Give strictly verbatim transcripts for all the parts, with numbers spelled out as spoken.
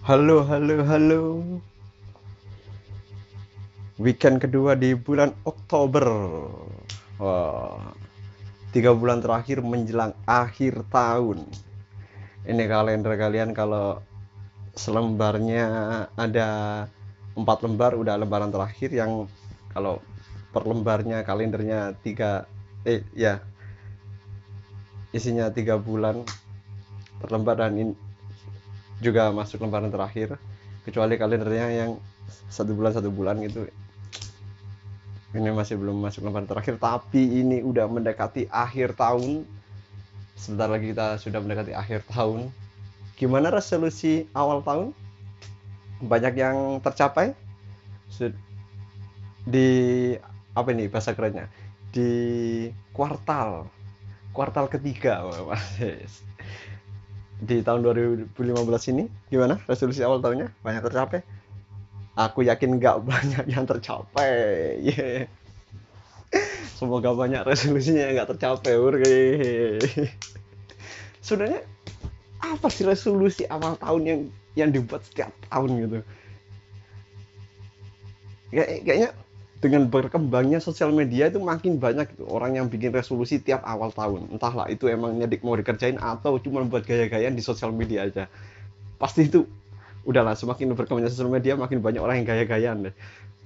Halo, halo, halo. Weekend kedua di bulan Oktober. Wah, tiga bulan terakhir menjelang akhir tahun. Ini kalender kalian kalau selembarnya ada empat lembar udah lembaran terakhir yang kalau per lembarnya kalendernya tiga eh ya isinya tiga bulan per lembar dan in, juga masuk lembaran terakhir kecuali kalendernya yang satu bulan satu bulan gitu. Ini masih belum masuk lembaran terakhir, tapi ini udah mendekati akhir tahun. Sebentar lagi kita sudah mendekati akhir tahun. Gimana resolusi awal tahun? Banyak yang tercapai? Di apa ini bahasa kerennya? Di kuartal, kuartal ketiga, di tahun dua ribu lima belas ini. Gimana resolusi awal tahunnya? Banyak tercapai? Aku yakin nggak banyak yang tercapai. Yeah. Semoga banyak resolusinya yang nggak tercapai. Sebenarnya apa sih resolusi awal tahun yang yang dibuat setiap tahun gitu? Kayak, kayaknya dengan berkembangnya sosial media itu makin banyak gitu, orang yang bikin resolusi tiap awal tahun. Entahlah itu emangnya di, mau dikerjain atau cuma buat gaya-gayaan di sosial media aja. Pasti itu udahlah, semakin berkembangnya sosial media makin banyak orang yang gaya-gayaan deh.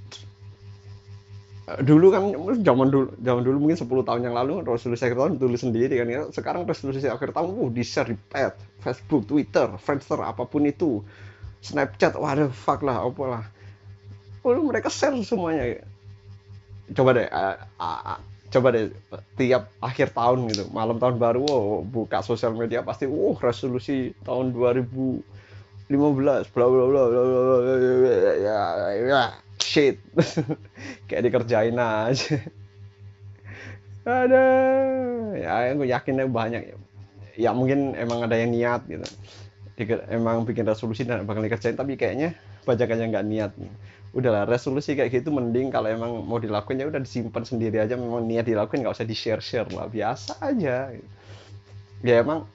Eh, dulu kan zaman dulu zaman dulu mungkin sepuluh tahun yang lalu resolusi akhir tahun tulis sendiri kan ya. Sekarang resolusi akhir tahun uh, di share di pet, Facebook, Twitter, Friendster, apapun itu, Snapchat, waduh fuck lah, apalah. Oh, mereka share semuanya. Coba deh, uh, uh, coba deh tiap akhir tahun gitu, malam tahun baru, oh, buka sosial media pasti, uh, resolusi tahun dua ribu lima belas, bla bla bla bla bla bla, ya, ya, shit, kayak dikerjain aja. Ada, ya, aku yakinnya banyak ya. Ya mungkin emang ada yang niat gitu, emang bikin resolusi dan bakal dikerjain, tapi kayaknya bajakannya nggak niat. Udahlah, resolusi kayak gitu mending kalau emang mau dilakuin ya udah disimpan sendiri aja, memang niat dilakuin nggak usah di share share lah, biasa aja. Ya emang,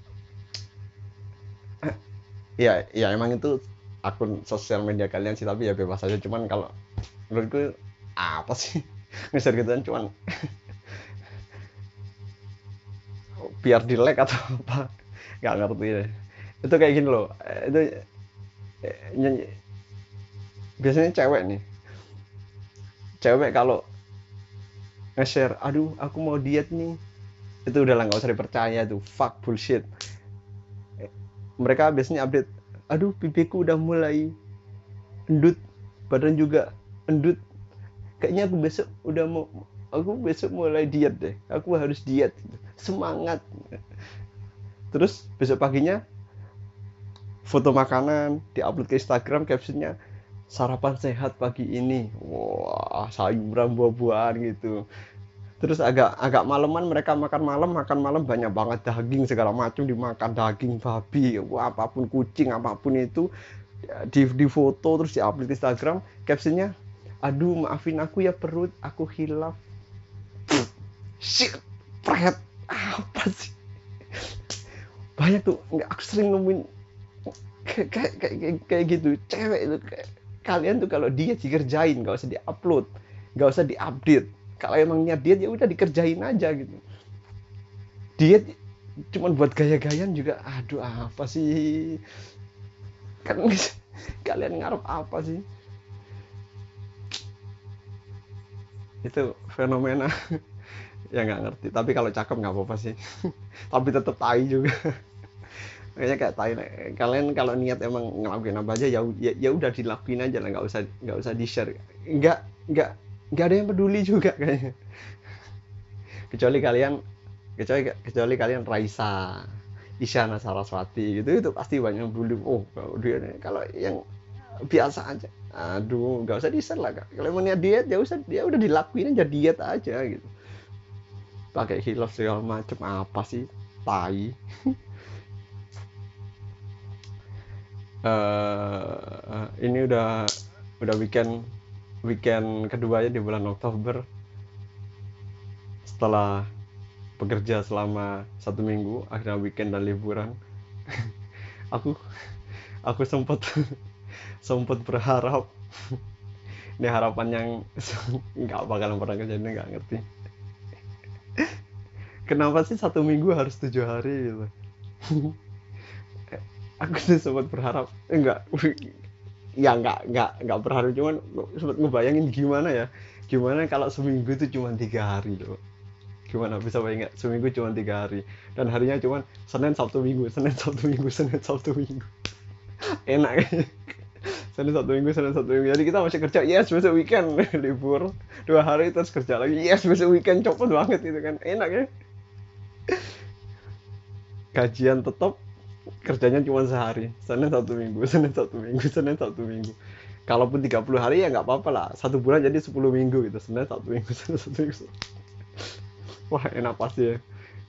ya ya emang itu akun sosial media kalian sih, tapi ya bebas aja. Cuman kalau menurutku apa sih nge-share gituan cuman biar di like atau apa, nggak ngerti deh. Itu kayak gini loh, itu nyanyi, biasanya cewek nih, cewek kalau nge-share, aduh aku mau diet nih, itu udahlah nggak usah dipercaya tuh, fuck bullshit. Mereka biasanya update, aduh pipiku udah mulai endut, badan juga endut, kayaknya aku besok udah mau, aku besok mulai diet deh, aku harus diet, semangat. Terus besok paginya foto makanan diupload ke Instagram, captionnya sarapan sehat pagi ini, wah sayuran buah-buahan gitu. Terus agak agak malaman mereka makan malam, makan malam banyak banget daging segala macam dimakan, daging babi, wah, apapun, kucing, apapun itu, di di foto terus diupload ke Instagram, captionnya, aduh maafin aku ya perut aku hilaf. Shit, pret, apa sih, banyak tuh, nggak, aku sering nemuin kayak kayak kayak, kayak gitu cewek itu, kayak, kalian tuh kalau diet dikerjain, nggak usah diupload, nggak usah diupdate. Kalau emang niat diet ya udah dikerjain aja gitu. Diet cuman buat gaya-gayaan juga, aduh apa sih, kan kalian ngarep apa sih, itu fenomena. Ya nggak ngerti, tapi kalau cakep nggak apa-apa sih. Tapi tetap tai juga. Kayaknya kayak tai. Kalian kalau niat emang ngelakuin apa aja ya, ya, ya udah dilakuin aja lah, nggak usah nggak usah di share, nggak nggak nggak ada yang peduli juga kayaknya. Kecuali kalian, kecuali kecuali kalian Raisa, Isyana Saraswati gitu, itu pasti banyak yang peduli. Oh kalau dia nih, kalau yang biasa aja, aduh nggak usah di share lah kak. Kalau mau niat diet ya usah, dia udah dilakuin aja, diet aja gitu, pakai hilaf segala macem, apa sih, tai. uh, ini udah udah weekend weekend keduanya di bulan Oktober, setelah bekerja selama satu minggu, akhirnya weekend dan liburan. aku aku sempat sempat berharap ini harapan yang nggak bakalan pernah kejadian, nggak ngerti kenapa sih satu minggu harus tujuh hari gitu. Aku sih sempat berharap eh, enggak ya nggak nggak nggak berharap, cuman sempat ngebayangin gimana ya, gimana kalau seminggu itu cuma tiga hari loh. Gimana bisa bayangin nggak? Seminggu cuma tiga hari dan harinya cuma Senin Sabtu Minggu, Senin Sabtu Minggu, Senin Sabtu Minggu. Enak kayaknya. Senin Sabtu Minggu, Senin Sabtu Minggu. Jadi kita masih kerja, yes besok weekend libur dua hari terus kerja lagi, yes besok weekend, cepet banget gitu kan, enak ya. Gajian tetap, kerjanya cuma sehari, Senin Sabtu Minggu, Senin Sabtu Minggu, Senin Sabtu Minggu. Kalaupun tiga puluh hari ya nggak apa-apa lah, satu bulan jadi sepuluh minggu gitu, Senin Sabtu Minggu, Senin Sabtu Minggu. Wah enak pasti ya.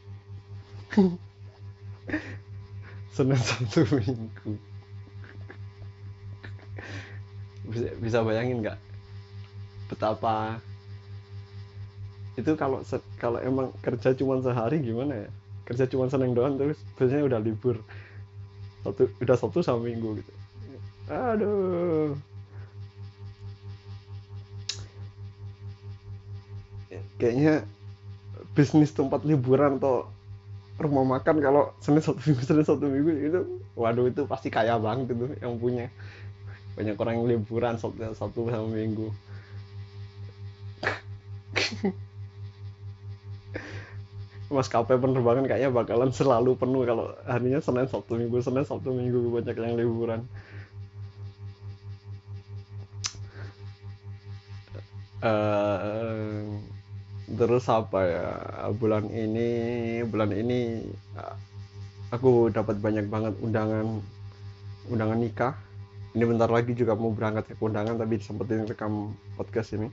Senin Sabtu Minggu. Bisa, bisa bayangin nggak betapa itu kalau kalau emang kerja cuma sehari gimana ya, kerja cuma Senin doang terus biasanya udah libur satu, udah Sabtu sama Minggu gitu. Aduh, kayaknya bisnis tempat liburan atau rumah makan kalau Senin Sabtu Minggu, Senin Sabtu Minggu itu, waduh itu pasti kaya banget itu yang punya. Banyak orang yang liburan Sabtu, Sabtu sama Minggu. Maskapai penerbangan kayaknya bakalan selalu penuh kalau harinya Senin Sabtu Minggu, Senin Sabtu Minggu, banyak yang liburan. Uh, terus apa ya, bulan ini bulan ini aku dapat banyak banget undangan undangan nikah. Ini bentar lagi juga mau berangkat ke undangan tapi disempetin rekam podcast ini.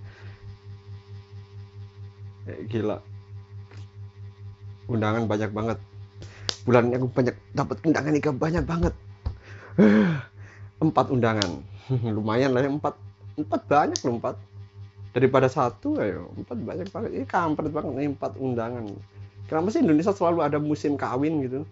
Eh, gila, undangan banyak banget. Bulan ini aku banyak dapat undangan nikah banyak banget. Empat undangan. Lumayan lah ya, empat empat banyak loh, empat daripada satu. Ayo empat banyak banget, ini kampret banget nih empat undangan. Kenapa sih Indonesia selalu ada musim kawin gitu,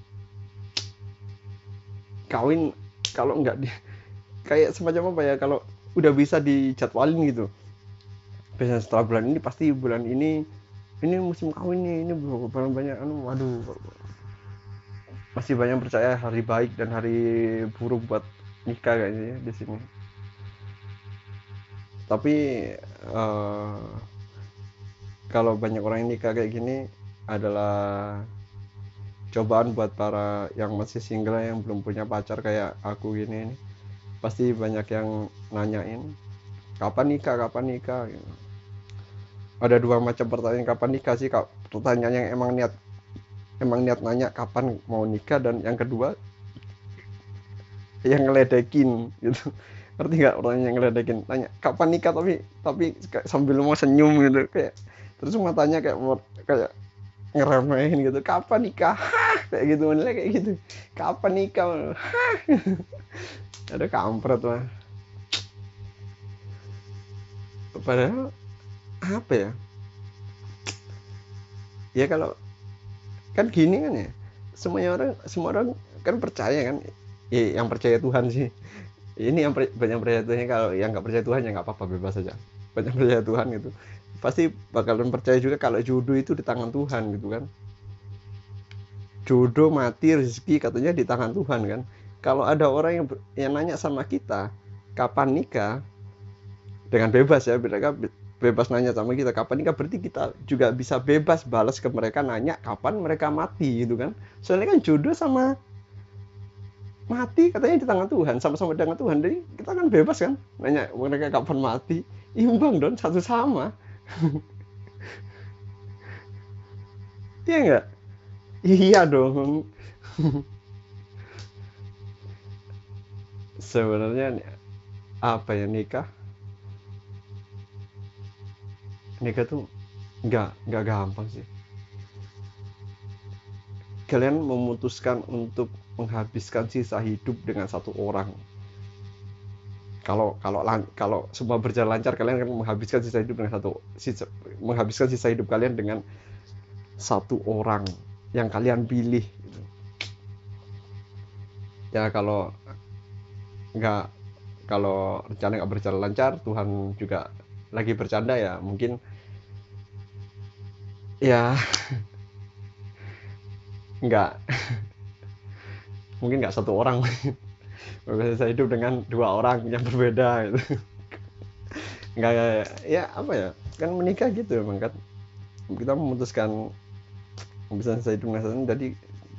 kawin kalau nggak di, kayak semacam apa ya, kalau udah bisa dijadwalin gitu, biasanya setelah bulan ini pasti bulan ini ini musim kawin nih, ini barang banyak anu, waduh. Masih banyak percaya hari baik dan hari buruk buat nikah kayaknya ya di sini. Tapi uh, kalau banyak orang yang nikah kayak gini adalah cobaan buat para yang masih single, yang belum punya pacar kayak aku gini nih. Pasti banyak yang nanyain kapan nikah, kapan nikah gitu. Ada dua macam pertanyaan kapan nikah sih, Kak. Pertanyaan yang emang niat emang niat nanya kapan mau nikah, dan yang kedua yang ngeledekin gitu. Ngerti nggak pertanyaan yang ngeledekin, tanya kapan nikah tapi tapi sambil mau senyum gitu, kayak terus matanya kayak kayak ngeremehin gitu, kapan nikah, kayak gitu, mana kayak gitu, kapan nikah, ada kampret lah. Padahal apa ya, ya kalau kan gini kan ya, semuanya orang semua orang kan percaya kan ya, yang percaya Tuhan sih ini, yang banyak percaya Tuhan. Kalau yang nggak percaya Tuhan ya nggak apa-apa, bebas saja. Banyak percaya Tuhan gitu pasti bakalan percaya juga kalau jodoh itu di tangan Tuhan gitu kan. Jodoh, mati, rezeki katanya di tangan Tuhan kan. Kalau ada orang yang yang nanya sama kita kapan nikah, dengan bebas ya, mereka bebas nanya sama kita kapan nikah, berarti kita juga bisa bebas balas ke mereka nanya kapan mereka mati gitu kan. Soalnya kan jodoh sama mati katanya di tangan Tuhan, sama-sama dengan Tuhan, jadi kita kan bebas kan nanya mereka kapan mati, imbang dong, satu sama. Iya nggak? Iya dong. Sebenarnya apa ya, nikah nikah tuh nggak nggak gampang sih. Kalian memutuskan untuk menghabiskan sisa hidup dengan satu orang. Kalau kalau kalau semua berjalan lancar, kalian akan menghabiskan sisa hidup dengan satu sisa, menghabiskan sisa hidup kalian dengan satu orang yang kalian pilih. Ya kalau nggak, kalau rencana nggak berjalan lancar, Tuhan juga lagi bercanda ya, mungkin ya nggak, mungkin nggak satu orang. Bisa saya hidup dengan dua orang yang berbeda gitu. Nggak, ya apa ya, kan menikah gitu memang kan, kita memutuskan bisa saya hidup dengan satu, jadi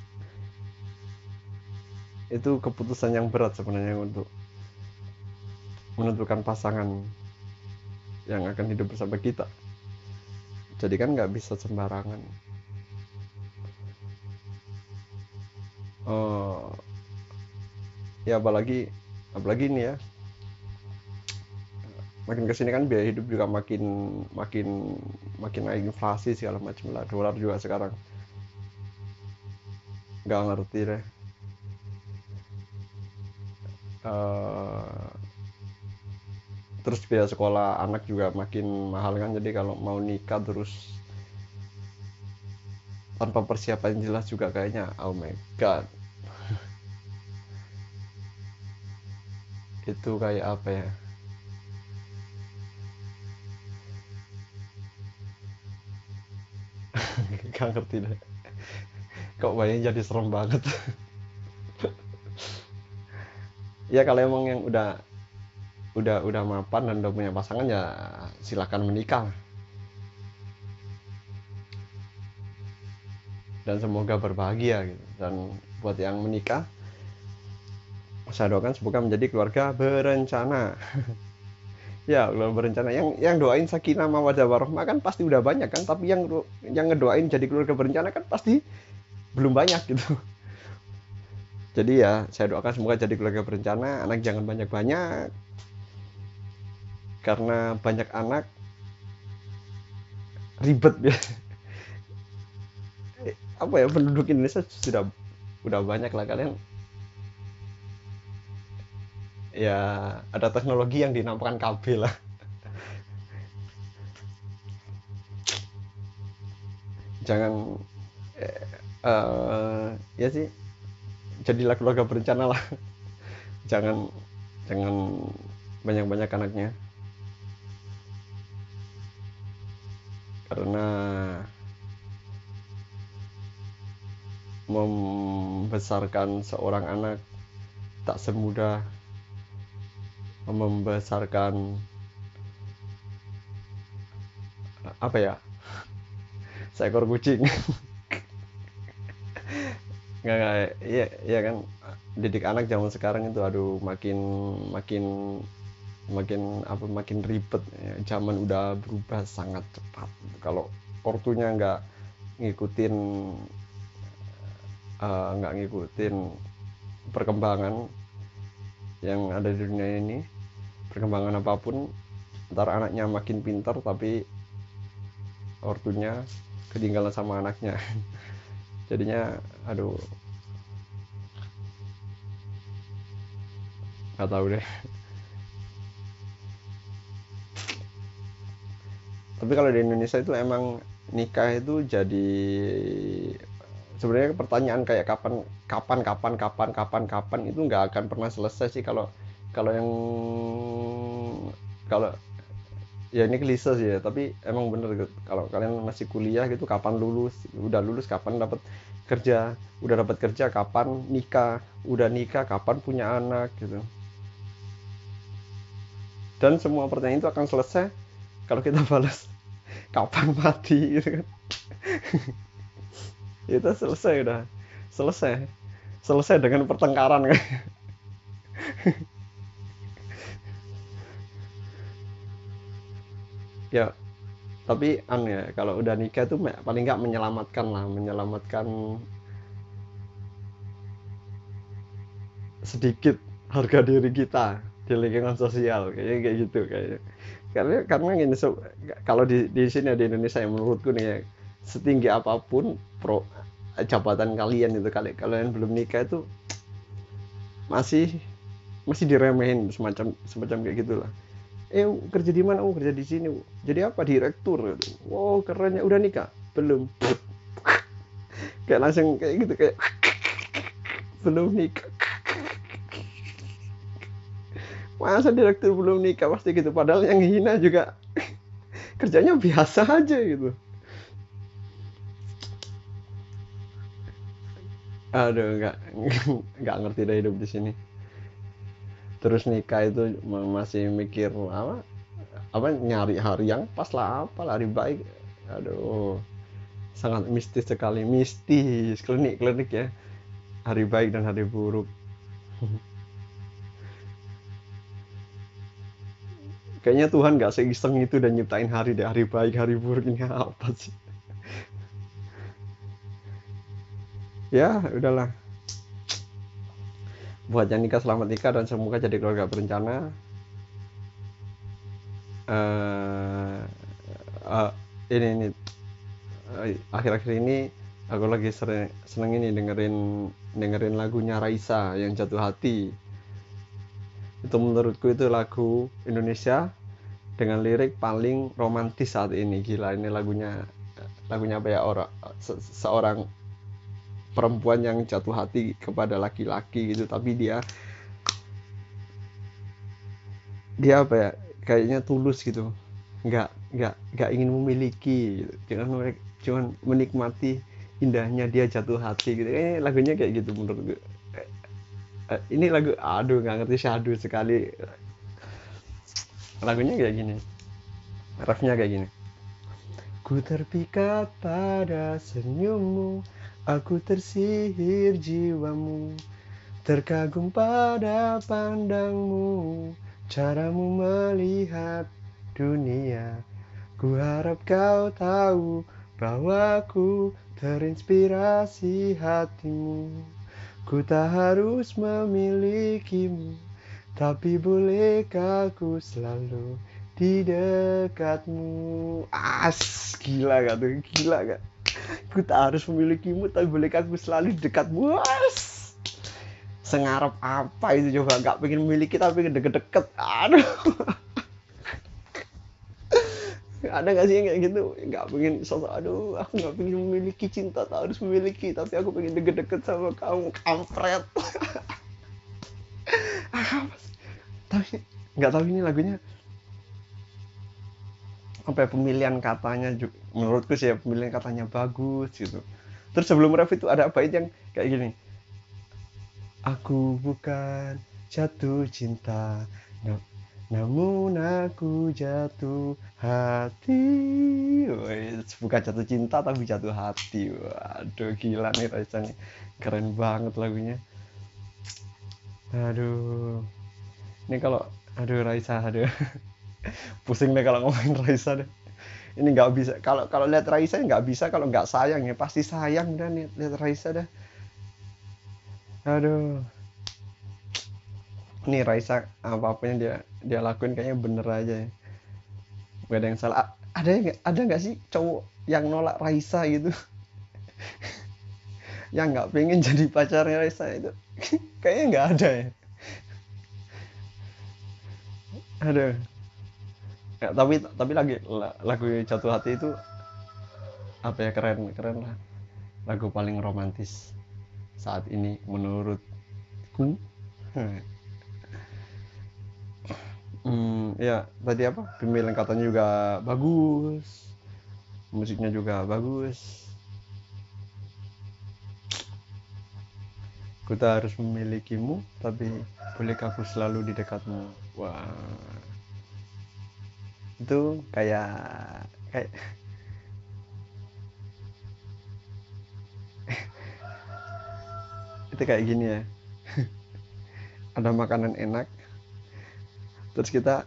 itu keputusan yang berat sebenarnya untuk menentukan pasangan yang akan hidup bersama kita. Jadi kan nggak bisa sembarangan. Oh, ya apalagi apalagi ini ya, makin kesini kan biaya hidup juga makin makin makin naik, inflasi segala macam lah, dolar juga sekarang nggak ngerti deh. Eh, terus biaya sekolah anak juga makin mahal kan, jadi kalau mau nikah terus tanpa persiapan jelas juga kayaknya, oh my god, itu kayak apa ya. Gak ngerti deh, kok bayangin jadi serem banget. Ya kalau emang yang udah udah udah mapan dan udah punya pasangan ya silakan menikah, dan semoga berbahagia gitu. Dan buat yang menikah, saya doakan semoga menjadi keluarga berencana. Ya keluarga berencana, yang yang doain sakinah mawaddah warahmah kan pasti udah banyak kan, tapi yang yang ngedoain jadi keluarga berencana kan pasti belum banyak gitu. Jadi ya saya doakan semoga jadi keluarga berencana, anak jangan banyak-banyak, karena banyak anak ribet ya. Apa ya, penduduk Indonesia sudah udah banyak lah, kalian ya ada teknologi yang dinampakkan K B lah. Jangan eh, eh, ya sih, jadilah keluarga berencana lah. jangan jangan banyak-banyak anaknya, karena membesarkan seorang anak tak semudah membesarkan apa ya, seekor kucing. nggak nggak iya iya kan, didik anak zaman sekarang itu aduh makin makin makin apa makin ribet ya. Zaman udah berubah sangat cepat, kalau ortunya nggak ngikutin eh, nggak ngikutin perkembangan yang ada di dunia ini, perkembangan apapun, ntar anaknya makin pintar tapi ortunya ketinggalan sama anaknya. Jadinya aduh, nggak tahu deh. Tapi kalau di Indonesia itu emang nikah itu jadi, sebenarnya pertanyaan kayak kapan kapan kapan kapan kapan kapan itu nggak akan pernah selesai sih, kalau kalau yang kalau ya ini klise sih ya, tapi emang bener gitu. Kalau kalian masih kuliah gitu kapan lulus, udah lulus kapan dapat kerja, udah dapat kerja kapan nikah, udah nikah kapan punya anak gitu. Dan semua pertanyaan itu akan selesai kalau kita balas kapan mati gitu kan. Itu selesai, udah selesai selesai dengan pertengkaran kan. Ya tapi an ya, kalau udah nikah tuh paling nggak menyelamatkan lah, menyelamatkan sedikit harga diri kita di lingkungan sosial, kayaknya kayak gitu kayaknya. Karena karena gini, so, kalau di di sini di Indonesia yang menurutku nih ya, setinggi apapun pro jabatan kalian itu, kali kalian belum nikah itu masih masih diremehin semacam semacam kayak gitulah. Eh kerja di mana? Oh kerja di sini. Jadi apa? Direktur. Wow keren ya. Udah nikah? Belum. Kayak langsung kayak gitu, kayak belum nikah. Masa direktur belum nikah pasti gitu, padahal yang hina juga kerjanya biasa aja gitu. Aduh, nggak nggak ngerti dah hidup di sini. Terus nikah itu masih mikir apa apa nyari hari yang pas lah, apa hari baik. Aduh, sangat mistis sekali, mistis, klinik klinik ya, hari baik dan hari buruk. Kayaknya Tuhan nggak seiseng itu dan nyiptain hari deh, hari baik hari buruk ini apa sih. Ya udahlah, buat yang nikah selamat nikah dan semoga jadi keluarga berencana. eh uh, ini ini eh, akhir-akhir ini aku lagi sering, seneng ini dengerin dengerin lagunya Raisa yang Jatuh Hati. Itu menurutku itu lagu Indonesia dengan lirik paling romantis saat ini. Gila, ini lagunya lagunya apa ya, orang se seorang perempuan yang jatuh hati kepada laki-laki gitu, tapi dia dia apa ya, kayaknya tulus gitu, nggak nggak nggak ingin memiliki gitu. Cuman cuman menikmati indahnya dia jatuh hati gitu. Eh, lagunya kayak gitu menurut gue. Eh, eh, ini lagu, aduh nggak ngerti, syahdu sekali. Lagunya kayak gini, refnya kayak gini. Ku terpikat pada senyummu, aku tersihir jiwamu, terkagum pada pandangmu, caramu melihat dunia. Ku harap kau tahu bahwa ku terinspirasi hatimu. Ku tak harus memilikimu, tapi bolehkah ku selalu di dekatmu. As, gila gak tuh? Gila gak? Ku tak harus memilikimu, tapi bolehkah ku selalu di dekatmu. As, sengarap apa itu coba? Gak pengen memiliki tapi pengen deket-deket. Aduh. Ada gak sih yang kayak gitu? Gak pengen sosok, aduh aku gak pengen memiliki, cinta tak harus memiliki, tapi aku pengen deket-deket sama kamu. Kampret. Ah, tapi nggak tahu ini lagunya apa ya, pemilihan katanya juga, menurutku sih ya, pemilihan katanya bagus gitu. Terus sebelum ref itu ada bait yang kayak gini, aku bukan jatuh cinta, na- namun aku jatuh hati. Wih, bukan jatuh cinta tapi jatuh hati. Waduh, gila nih Raisa nih, keren banget lagunya. Aduh, ini kalau, aduh Raisa, aduh pusing deh kalau ngomongin Raisa deh. Ini nggak bisa, kalau kalau lihat Raisa nggak bisa kalau nggak sayang ya, pasti sayang dan lihat Raisa dah. Aduh, ini Raisa apa apanya dia dia lakuin kayaknya bener aja ya, gak ada yang salah. Ada ada nggak sih cowok yang nolak Raisa gitu, yang nggak pengen jadi pacarnya Raisa itu? Kayaknya nggak ada ya. Aduh, ya, tapi tapi lagi lagu Jatuh Hati itu apa ya, keren keren lah, lagu paling romantis saat ini menurutku. Hmm, ya tadi apa, pemilihan katanya juga bagus, musiknya juga bagus. Ku tak harus memilikimu, tapi bolehkah aku selalu di dekatmu. Wah, itu kayak kayak itu kayak gini ya. Ada makanan enak, terus kita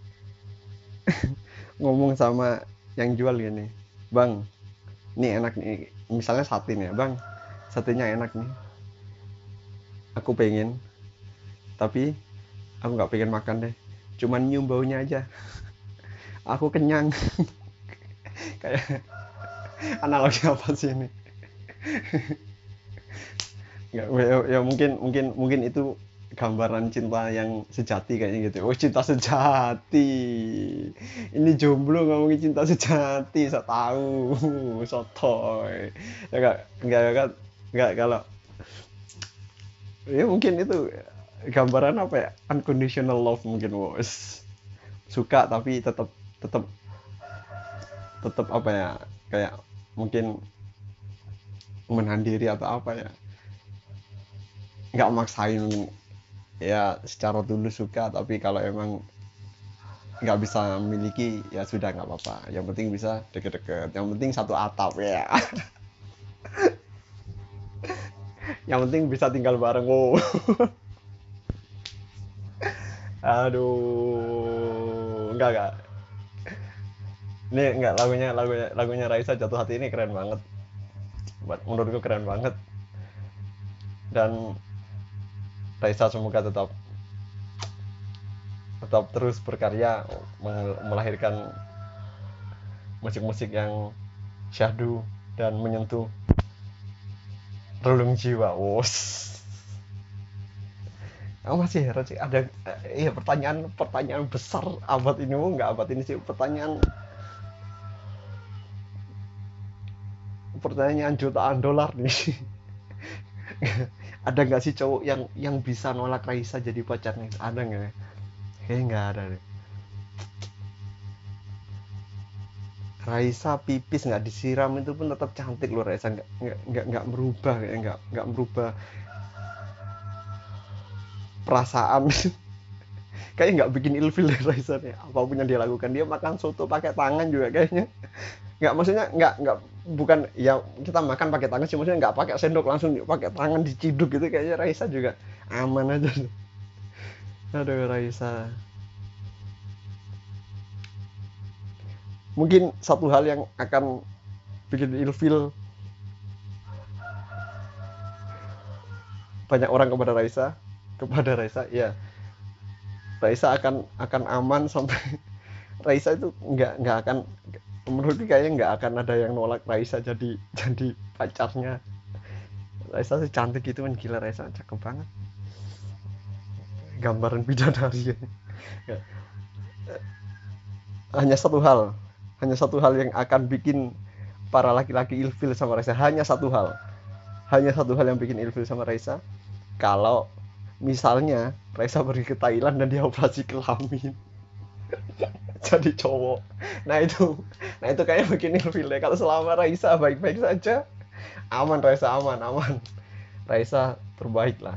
ngomong sama yang jual gini, bang, ini enak nih, misalnya sate nih ya, bang, satenya enak nih, aku pengen, tapi aku nggak pengen makan deh, cuman nyium baunya aja aku kenyang. Kayak analogi apa sih ini? Nggak, ya, ya mungkin mungkin mungkin itu gambaran cinta yang sejati kayaknya gitu. Oh, cinta sejati. Ini jomblo ngomongin cinta sejati, saya tahu. Sotoy. Ya enggak enggak enggak enggak kalau ya mungkin itu gambaran apa ya, unconditional love mungkin, bos. Suka tapi tetap tetap tetap apa ya, kayak mungkin menahan diri atau apa ya, nggak maksain. Ya secara tulus suka, tapi kalau emang nggak bisa memiliki ya sudah nggak apa-apa, yang penting bisa deket-deket, yang penting satu atap ya. Yang penting bisa tinggal bareng. Wow. Aduh, enggak enggak, ini enggak, lagunya lagunya lagunya Raisa Jatuh Hati ini keren banget, buat menurutku keren banget. Dan Raisa semoga tetap tetap terus berkarya, melahirkan musik-musik yang syahdu dan menyentuh relung jiwa. Wos. Aku masih heran sih, ada eh, iya pertanyaan pertanyaan besar abad ini, oh, nggak abad ini sih, pertanyaan pertanyaan jutaan dolar nih. Ada nggak sih cowok yang yang bisa nolak Raisa jadi pacarnya? Ada nggak ya? Kayaknya nggak ada deh. Raisa pipis nggak disiram itu pun tetap cantik loh. Raisa nggak nggak nggak nggak merubah, kayak nggak nggak merubah perasaan. Kayaknya nggak bikin ilfil dari Raisa nih, apapun yang dia lakukan. Dia makan soto pakai tangan juga kayaknya. Nggak, maksudnya nggak nggak bukan ya, kita makan pakai tangan sih, maksudnya nggak pakai sendok, langsung pakai tangan diciduk gitu. Kayaknya Raisa juga aman aja. Aduh, Raisa. Mungkin satu hal yang akan bikin ilfil banyak orang kepada Raisa, kepada Raisa ya, Raisa akan akan aman sampai Raisa itu nggak nggak akan, menurutku kayaknya nggak akan ada yang nolak Raisa jadi jadi pacarnya. Raisa sih cantik gitu kan, gila, Raisa cakep banget, gambaran bidadari. Ya. Hanya satu hal, hanya satu hal yang akan bikin para laki-laki ilfil sama Raisa, hanya satu hal, hanya satu hal yang bikin ilfil sama Raisa, kalau misalnya Raisa pergi ke Thailand dan dia operasi kelamin jadi cowok. Nah itu, nah itu kayak bikin ilfil ya. Kalau selama Raisa baik-baik saja, aman. Raisa aman, aman. Raisa terbaik lah.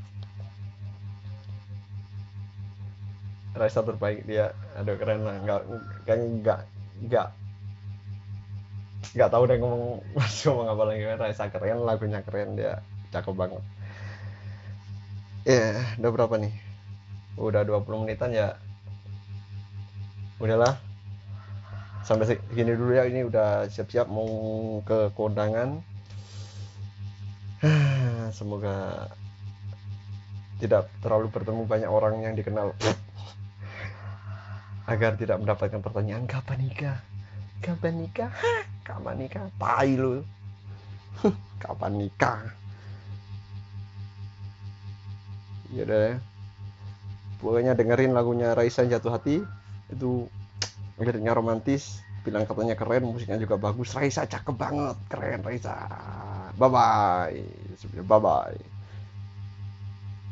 Raisa terbaik dia. Aduh, keren lah. Nggak, kan nggak nggak nggak tahu deh ngomong masih ngomong apa lagi. Raisa keren, lagunya keren, dia cakep banget. Ya, yeah, udah berapa nih? Udah dua puluh menitan ya. Udahlah. Sampai segini dulu ya, ini udah siap-siap mau ke kondangan. Semoga tidak terlalu bertemu banyak orang yang dikenal, agar tidak mendapatkan pertanyaan kapan nikah, kapan nikah, Hah, kapan nikah, tai lu. Kapan nikah. Ya udah, pokoknya dengerin lagunya Raisa Jatuh Hati, itu liriknya romantis, bilang katanya keren, musiknya juga bagus. Raisa cakep banget, keren Raisa. Bye bye, bye bye.